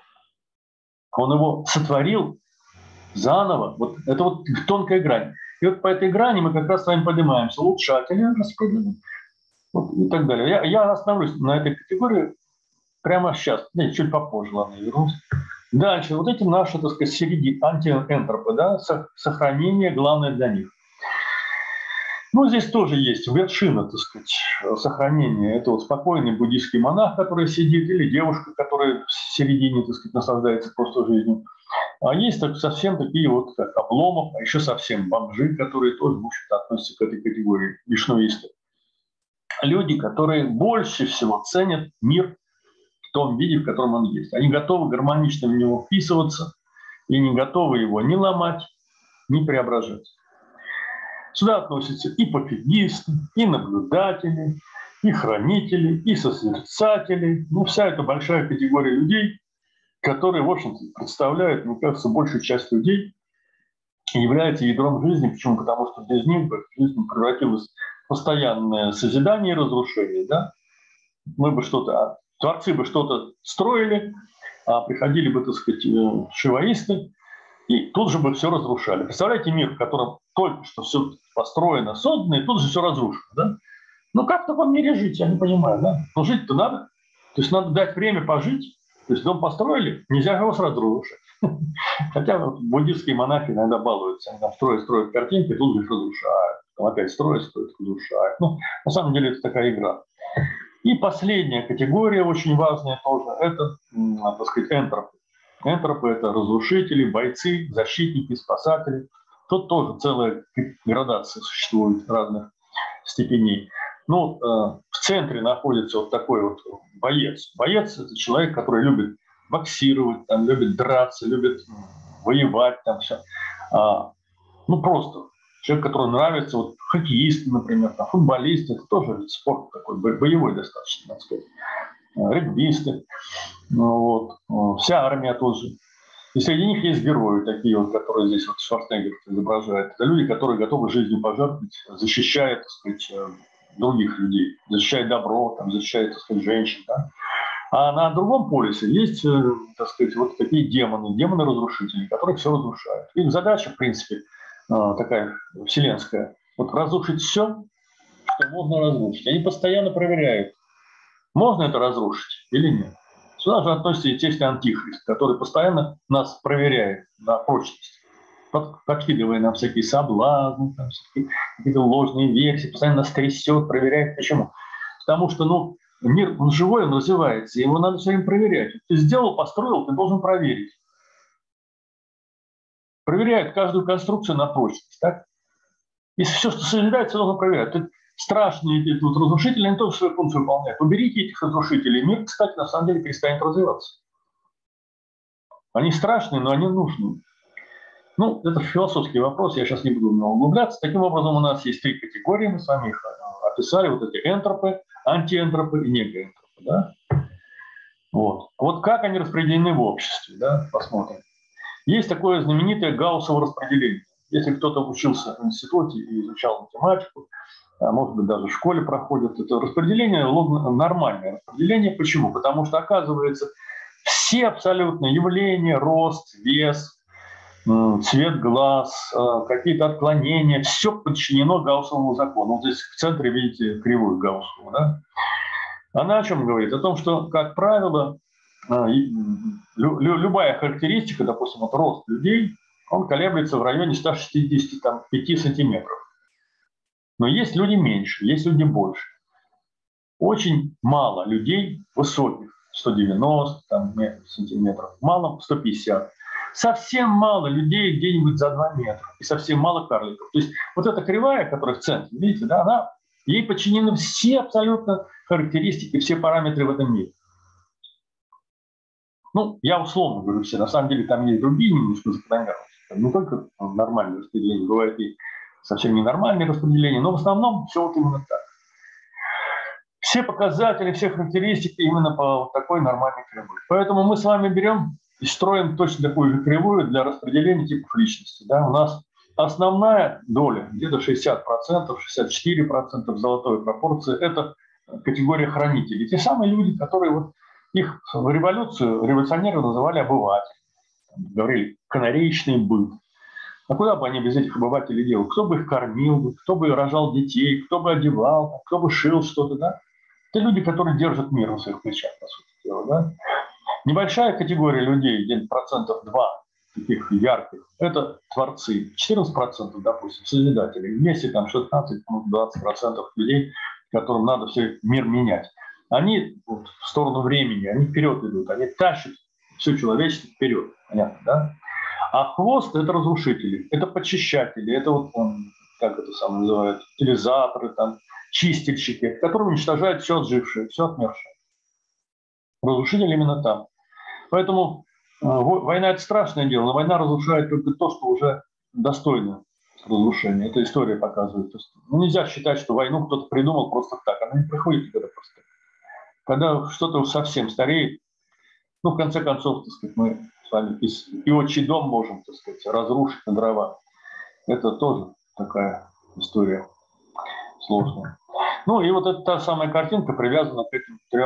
Он его сотворил заново. Вот это вот тонкая грань. И вот по этой грани мы как раз с вами поднимаемся. Улучшатели, распределение, вот, и так далее. Я остановлюсь на этой категории прямо сейчас. Нет, чуть попозже, ладно, вернусь. Дальше. Вот эти наши, так сказать, антиэнтропы, да, сохранение главное для них. Ну, здесь тоже есть вершина, так сказать, сохранения. Это вот спокойный буддийский монах, который сидит, или девушка, которая в середине, так сказать, наслаждается просто жизнью. А есть так, совсем такие вот, как Обломов, а еще совсем бомжи, которые тоже, в общем-то, относятся к этой категории вишнуисты. Люди, которые больше всего ценят мир в том виде, в котором он есть. Они готовы гармонично в него вписываться и не готовы его ни ломать, ни преображать. Сюда относятся и пофигисты, и наблюдатели, и хранители, и созерцатели. Ну, вся эта большая категория людей, которые, в общем-то, представляют, мне кажется, большую часть людей и являются ядром жизни. Почему? Потому что без них бы жизнь превратилась в постоянное созидание и разрушение. Да? Мы бы что-то, творцы бы что-то строили, а приходили бы, так сказать, шиваисты, и тут же бы все разрушали. Представляете мир, в котором только что все построено, создано, и тут же все разрушено. Да? Ну как в таком мире жить, я не понимаю. Да? Но жить-то надо. То есть надо дать время пожить. То есть дом построили, нельзя его сразу разрушить. Хотя вот буддистские монахи иногда балуются. Они там строят картинки, тут же их разрушают. Там опять строят, разрушают. Ну, на самом деле это такая игра. И последняя категория, очень важная тоже, это, так сказать, энтропы. Энтропы – это разрушители, бойцы, защитники, спасатели. Тут тоже целая градация существует разных степеней. Ну, в центре находится вот такой вот боец. Боец – это человек, который любит боксировать, там, любит драться, любит воевать, там все. Ну, просто человек, который нравится, вот хоккеисты, например, там, футболисты, это тоже спорт такой боевой достаточно, так сказать. Регбисты, вот. Вся армия тоже. И среди них есть герои такие вот, которые здесь вот Шварценеггер изображает. Это люди, которые готовы жизнью пожертвовать, защищая, так сказать, других людей, защищая добро, там, защищая, так сказать, женщин. Да? А на другом полюсе есть, так сказать, вот такие демоны-разрушители, которые все разрушают. Их задача, в принципе, такая вселенская, вот разрушить все, что можно разрушить. Они постоянно проверяют, можно это разрушить или нет. Сюда же относится, естественно, антихрист, который постоянно нас проверяет на прочность, подкидывая нам всякие соблазны, там, какие-то ложные версии, постоянно нас трясет, проверяет. Почему? Потому что, ну, мир, он живой, он развивается, его надо все время проверять. Ты сделал, построил, ты должен проверить. Проверяют каждую конструкцию на прочность. Так? И все, что созидается, должно проверять. Страшные эти вот разрушители, они тоже свою функцию выполняют. Уберите этих разрушителей, мир, кстати, на самом деле перестанет развиваться. Они страшные, но они нужны. Ну, это философский вопрос, я сейчас не буду в него углубляться. Таким образом, у нас есть 3 категории, мы с вами их описали, вот эти энтропы, антиэнтропы и негоэнтропы. Да? Вот как они распределены в обществе, да? Посмотрим. Есть такое знаменитое Гауссово распределение. Если кто-то учился в институте и изучал математику, а может быть, даже в школе проходят, это распределение нормальное распределение. Почему? Потому что, оказывается, все абсолютно явления, рост, вес, цвет глаз, какие-то отклонения, все подчинено Гауссовому закону. Вот здесь в центре видите кривую Гауссову. Да? Она о чем говорит? О том, что, как правило, любая характеристика, допустим, вот рост людей, он колеблется в районе 165 сантиметров. Но есть люди меньше, есть люди больше. Очень мало людей высоких, 190 там, сантиметров, мало 150. Совсем мало людей где-нибудь за 2 метра. И совсем мало карликов. То есть вот эта кривая, которая в центре, видите, да, ей подчинены все абсолютно характеристики, все параметры в этом мире. Ну, я условно говорю все. На самом деле там есть другие немножко закономерности. Не только нормальное распределение, бывает и совсем ненормальное распределение, но в основном все вот именно так. Все показатели, все характеристики именно по вот такой нормальной кривой. Поэтому мы с вами берем и строим точно такую же кривую для распределения типов личности. Да? У нас основная доля, где-то 60%, 64% золотой пропорции, это категория хранителей. Те самые люди, которые вот их в революционеры называли обыватели. Говорили канареечный быт. А куда бы они без этих обывателей делали? Кто бы их кормил, кто бы рожал детей, кто бы одевал, кто бы шил что-то, да? Это люди, которые держат мир на своих плечах, по сути дела, да? Небольшая категория людей, где-то 2%, таких ярких, это творцы. 14%, допустим, созидатели. Вместе там 16-20% людей, которым надо все мир менять. Они вот, в сторону времени, они вперед идут, они тащат все человечество вперед. Понятно, да? А хвост – это разрушители, это подчищатели, это вот, как это самое называют, утилизаторы, там, чистильщики, которые уничтожают все отжившее, все отмершее. Разрушители именно там. Поэтому война – это страшное дело, но война разрушает только то, что уже достойно разрушения. Это история показывает. То есть, нельзя считать, что войну кто-то придумал просто так. Она не приходит никогда просто так. Когда что-то совсем стареет, в конце концов, так сказать, мы с вами и отчий дом можем, так сказать, разрушить на дрова. Это тоже такая история сложная. И вот эта та самая картинка привязана к этим 3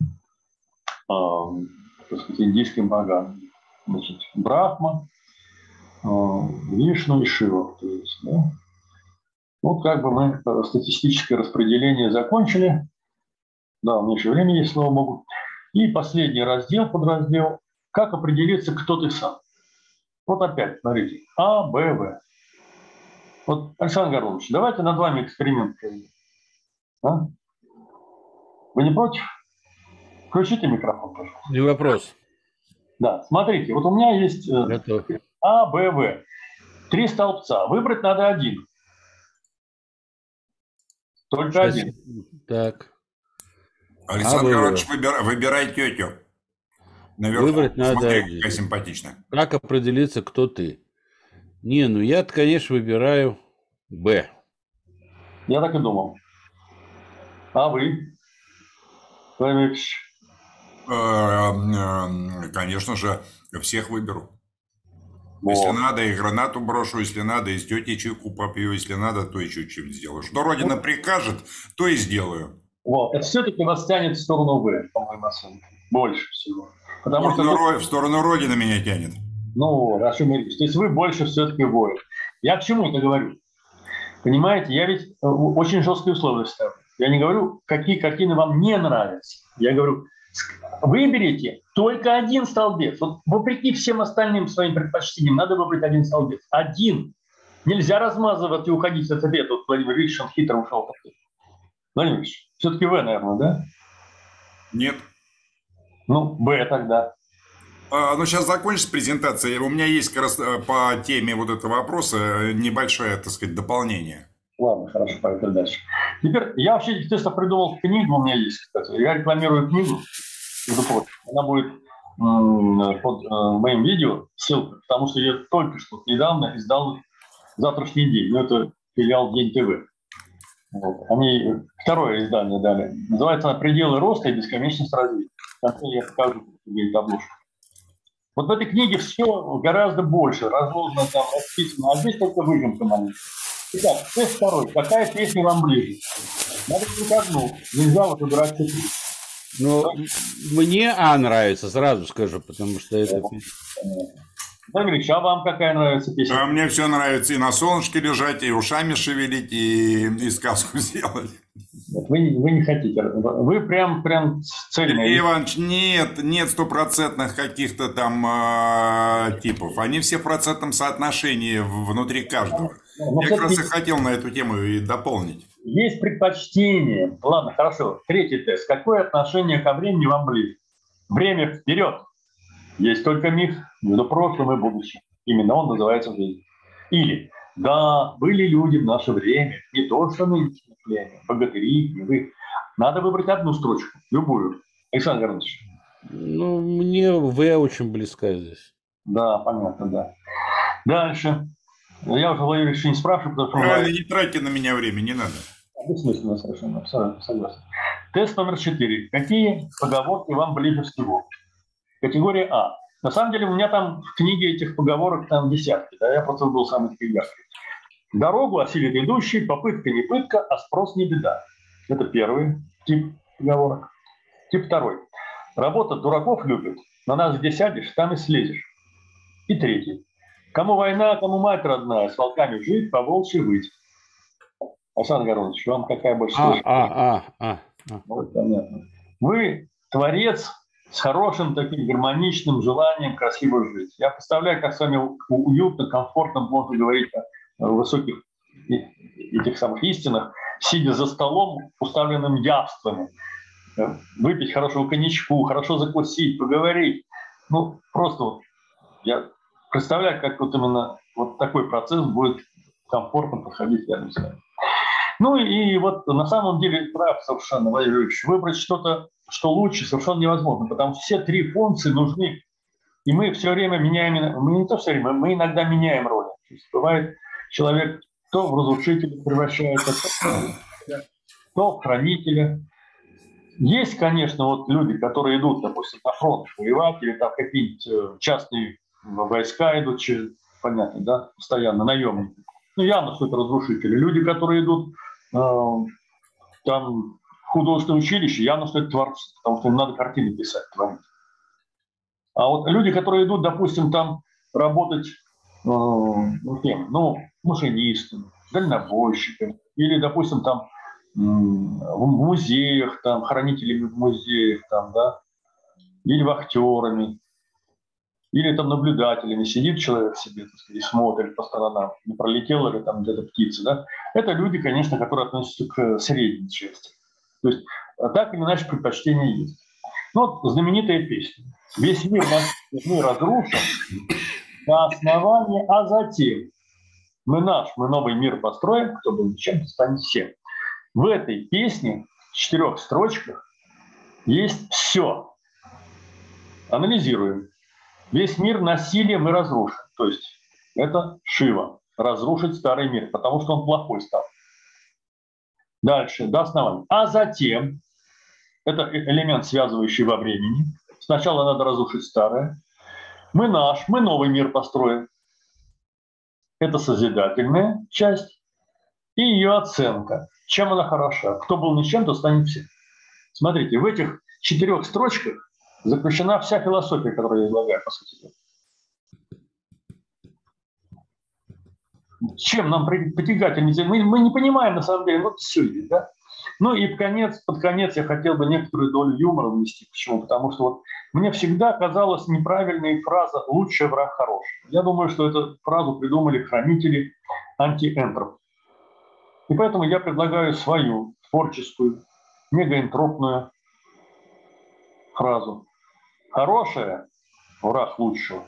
так сказать, индийским богам. Значит, Брахма, Вишну и Шива. То есть, да. Вот как бы мы статистическое распределение закончили. Да, у меня еще время есть, слава богу. И последний раздел, подраздел. Как определиться, кто ты сам? Вот опять, смотрите. А, Б, В. Вот, Александр Горович, давайте над вами эксперимент проведем. А? Вы не против? Включите микрофон, пожалуйста. Не вопрос. Да, смотрите, вот у меня есть А, Б, В. 3 столбца. Выбрать надо один. Только один. Так. Александр Горович, выбирай тетю. Наверху. Выбрать надо Смотри, один. какая симпатичная. Как определиться, кто ты? Я-то, конечно, выбираю Б. Я так и думал. А вы? Конечно же, всех выберу. Вот. Если надо, и гранату брошу, если надо, и с тетей чайку попью, если надо, то еще чем-то сделаю. Что Родина прикажет, то и сделаю. Вот. Это все-таки вас тянет в сторону В, по моим оценкам. Больше всего. Потому в сторону Родины меня тянет. о чем мы говорим? То есть вы больше все-таки воин. Я к чему это говорю? Понимаете, я ведь очень жесткие условия ставлю. Я не говорю, какие картины вам не нравятся. Я говорю, выберите только один столбец. Вот вопреки всем остальным своим предпочтениям надо выбрать один столбец. Один. Нельзя размазывать и уходить от ответа. Вот Владимир Ильич хитро ушел. Владимир Ильич, все-таки В, наверное, да? Нет. Б тогда. Сейчас закончится презентация. У меня есть как раз по теме вот этого вопроса небольшое, так сказать, дополнение. Ладно, хорошо, поехали дальше. Теперь я вообще этих тестов придумал книгу, у меня есть, кстати. Я рекламирую книгу. Она будет под моим видео, ссылка, потому что я только что недавно издал завтрашний день. Это филиал День ТВ. Вот. Они второе издание дали. Называется она «Пределы роста и бесконечность развития». В конце я покажу, где обложка. Вот в этой книге все гораздо больше разложено, там расписано, а здесь только выжимка маленькая. Итак, тест второй. Какая песня вам ближе? Надо только одну. Нельзя вот выбирать 4. Мне А нравится, сразу скажу, потому что это... Владимир Ильич, а вам какая нравится песня? А мне все нравится и на солнышке лежать, и ушами шевелить, и сказку сделать. Вы не хотите. Вы прям цельные. Иванович, нет стопроцентных каких-то там типов. Они все в процентном соотношении внутри каждого. Я как раз и хотел на эту тему и дополнить. Есть предпочтение. Ладно, хорошо. Третий тест. Какое отношение ко времени вам ближе? Время вперед. Есть только миг между прошлым и будущим. Именно он называется жизнь. Или, да, были люди в наше время, не то что нынешнее время, богатыри, вы. Надо выбрать одну строчку, любую. Александр Георгиевич. Ну, мне В очень близка здесь. Да, понятно, да. Дальше. Я уже Владимир Ильич не спрашиваю, потому что... Правильно, не тратьте на меня время, не надо. Бессмысленно совершенно, абсолютно согласен. Тест номер 4. Какие поговорки вам ближе всего? Категория А. На самом деле у меня там в книге этих поговорок там десятки, да, я просто выбрал самые такие яркие. Дорогу осилит идущий, попытка не пытка, а спрос не беда. Это первый тип поговорок. Тип второй. Работа дураков любит, на нас где сядешь, там и слезешь. И третий. Кому война, кому мать родная, с волками жить, по волчьи выть. Александр Горович, вам какая больше слышит? Вот, понятно. Вы творец с хорошим таким гармоничным желанием красиво жить. Я представляю, как с вами уютно, комфортно можно говорить о высоких этих самых истинах, сидя за столом, уставленным явствами. Выпить хорошего коньячку, хорошо закусить, поговорить. Ну, просто вот я представляю, как вот именно вот такой процесс будет комфортно проходить рядом с вами. Ну и вот на самом деле прав совершенно, Владимир Ильич, выбрать что-то, что лучше, совершенно невозможно, потому что все три функции нужны. И мы все время меняем, мы не то все время, мы иногда меняем роли. То есть бывает, человек то в разрушителя превращается, то в хранителя. Есть, конечно, вот люди, которые идут, допустим, на фронт воевать, или там какие-нибудь частные войска идут, понятно, да, постоянно, наемники. Ну, явно, что это разрушители. Люди, которые идут там в художественное училище, явно, что это творцы, потому что им надо картины писать, творить. А вот люди, которые идут, допустим, там работать машинистами, дальнобойщиками, или, допустим, там в музеях, там, хранителями в музеях, там, да, или вахтерами, или там наблюдателями. Сидит человек себе, так сказать, и смотрит по сторонам, не пролетела ли там где-то птица, да. Это люди, конечно, которые относятся к средней части. То есть так или иначе предпочтение есть. Ну, вот знаменитая песня. Весь мир мы разрушим до основания, а затем мы новый мир построим, кто был ничем, станет всем. В этой песне в 4 строчках есть все. Анализируем. Весь мир насилием мы разрушим. То есть это Шива. Разрушить старый мир, потому что он плохой стал. Дальше, до основания. А затем, это элемент, связывающий во времени. Сначала надо разрушить старое. Мы новый мир построим. Это созидательная часть. И ее оценка. Чем она хороша? Кто был ничем, то станет всем. Смотрите, в этих 4 строчках заключена вся философия, которую я излагаю, по сути. Чем нам притягательнее? Мы не понимаем, на самом деле, вот все есть, да? Ну и под конец я хотел бы некоторую долю юмора внести. Почему? Потому что вот мне всегда казалась неправильная фраза «лучший враг хороший». Я думаю, что эту фразу придумали хранители антиэнтропов. И поэтому я предлагаю свою творческую, мегаэнтропную фразу. Хорошее – враг лучшего.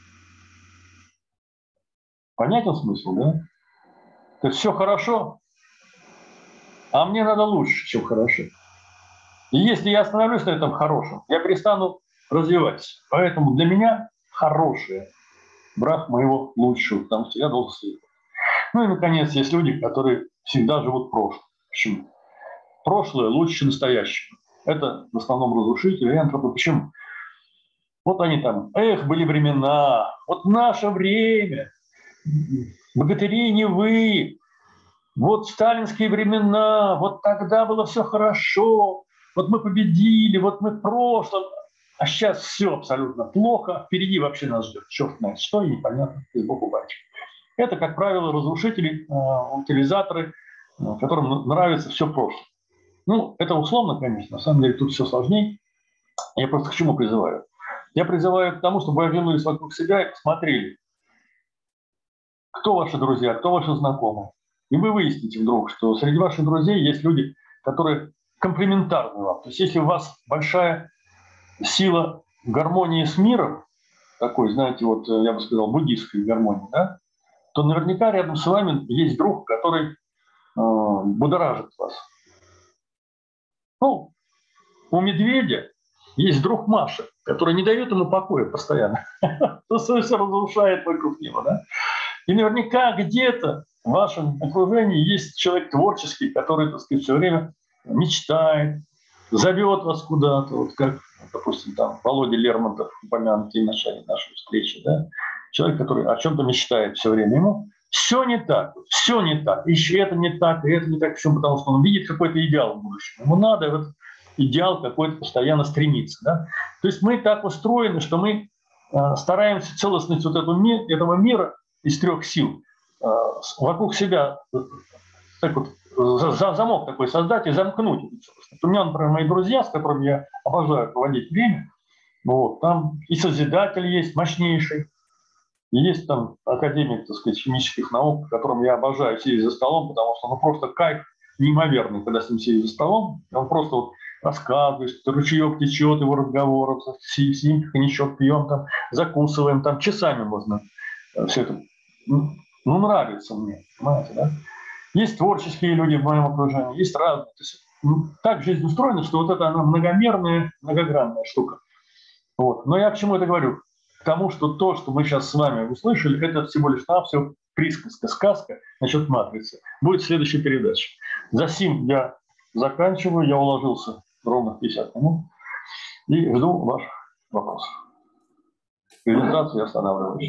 Понятен смысл, да? То есть все хорошо, а мне надо лучше, чем хорошо. И если я остановлюсь на этом хорошем, я перестану развиваться. Поэтому для меня хорошее – враг моего лучшего, потому что я должен следовать. Ну и, наконец, есть люди, которые всегда живут в прошлом. Почему? Прошлое лучше настоящего. Это в основном разрушители и энтропы. Почему? Вот они там, были времена, вот в наше время, богатыри не вы, вот сталинские времена, вот тогда было все хорошо, вот мы победили, вот мы в прошлом, а сейчас все абсолютно плохо, впереди вообще нас ждет черт знает что, и непонятно, и бог убавить. Это, как правило, разрушители, утилизаторы, которым нравится все прошлое. Ну, это условно, конечно, на самом деле тут все сложнее. Я просто к чему призываю? Я призываю к тому, чтобы вы оглянулись вокруг себя и посмотрели, кто ваши друзья, кто ваши знакомые. И вы выясните вдруг, что среди ваших друзей есть люди, которые комплементарны вам. То есть если у вас большая сила гармонии с миром, такой, знаете, вот я бы сказал, буддистской гармонии, да, то наверняка рядом с вами есть друг, который будоражит вас. Ну, у медведя есть друг Маша, который не дает ему покоя постоянно. То все разрушает вокруг него, да. И наверняка где-то в вашем окружении есть человек творческий, который, так сказать, все время мечтает, зовет вас куда-то, вот как, допустим, там Володя Лермонтов, упомянутый в начале нашей встречи, да? Человек, который о чем-то мечтает все время. Ему все не так, и это не так, и это не так. Почему? Потому что он видит какой-то идеал в будущем. Ему надо в этот идеал какой-то постоянно стремиться. Да? То есть мы так устроены, что мы стараемся целостность вот этого мира из трех сил вокруг себя так вот, замок такой создать и замкнуть. У меня, например, мои друзья, с которыми я обожаю проводить время, вот, там и Созидатель есть мощнейший, и есть там академик, так сказать, химических наук, которым я обожаю сидеть за столом, потому что он просто кайф неимоверный, когда с ним сидишь за столом, он просто вот рассказывает, ручеек течет его разговоров, сидим, коньячок пьем, там, закусываем, там часами можно все это. Ну, нравится мне, понимаете, да? Есть творческие люди в моем окружении, есть разные. То есть, так жизнь устроена, что вот это она многомерная, многогранная штука. Вот. Но я к чему это говорю? К тому, что то, что мы сейчас с вами услышали, это всего лишь навсего присказка, сказка насчет матрицы. Будет в следующей передаче. За сим я заканчиваю, я уложился ровно в 50 минут и жду ваших вопросов. Презентацию я останавливаю.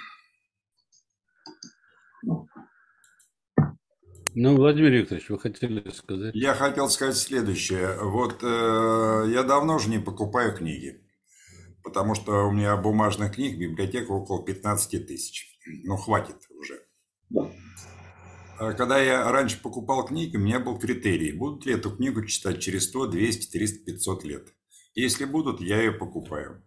Ну, Владимир Викторович, вы хотели сказать? Я хотел сказать следующее. Вот я давно уже не покупаю книги, потому что у меня бумажных книг, библиотека около 15 тысяч. Ну, хватит уже. Да. Когда я раньше покупал книги, у меня был критерий, будут ли эту книгу читать через 100, 200, 300, 500 лет. Если будут, я ее покупаю.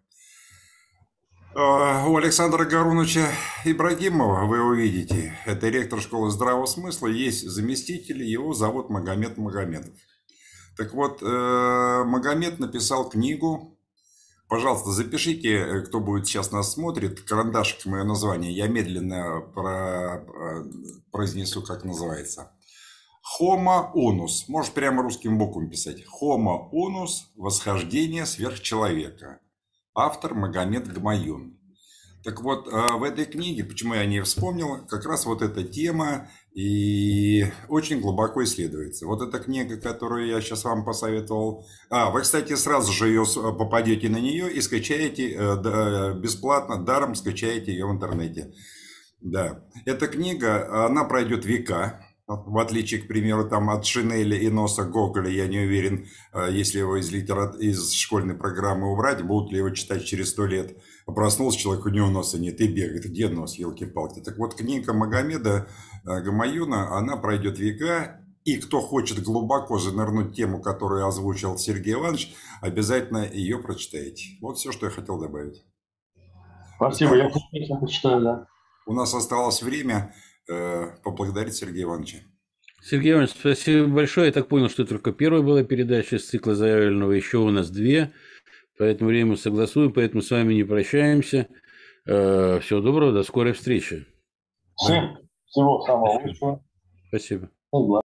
У Александра Гаруновича Ибрагимова, вы увидите, это ректор школы здравого смысла, есть заместитель, его зовут Магомед Магомедов. Так вот, Магомед написал книгу, пожалуйста, запишите, кто будет сейчас нас смотрит, карандашик мое название, я медленно произнесу, как называется. Homo Unus, можешь прямо русским буквом писать. Homo Unus, восхождение сверхчеловека. Автор Магомед Гамаюн. Так вот, в этой книге, почему я о ней вспомнил, как раз вот эта тема и очень глубоко исследуется. Вот эта книга, которую я сейчас вам посоветовал. Вы, кстати, сразу же ее попадете на нее и скачаете бесплатно, даром скачаете ее в интернете. Да. Эта книга, она пройдет века. В отличие, к примеру, там, от Шинеля и носа Гоголя, я не уверен, если его из школьной программы убрать, будут ли его читать через 100 лет. Проснулся человек, у него носа нет, и бегает. Где нос, елки-палки? Так вот, книга Магомеда Гамаюна, она пройдет века, и кто хочет глубоко занырнуть тему, которую озвучил Сергей Иванович, обязательно ее прочитаете. Вот все, что я хотел добавить. Спасибо, я почитаю, да. У нас осталось время поблагодарить Сергея Ивановича. Сергей Иванович, спасибо большое. Я так понял, что это только первая была передача из цикла заявленного, еще у нас 2. Поэтому время мы согласуем, поэтому с вами не прощаемся. Всего доброго, до скорой встречи. Всем всего самого лучшего. Спасибо.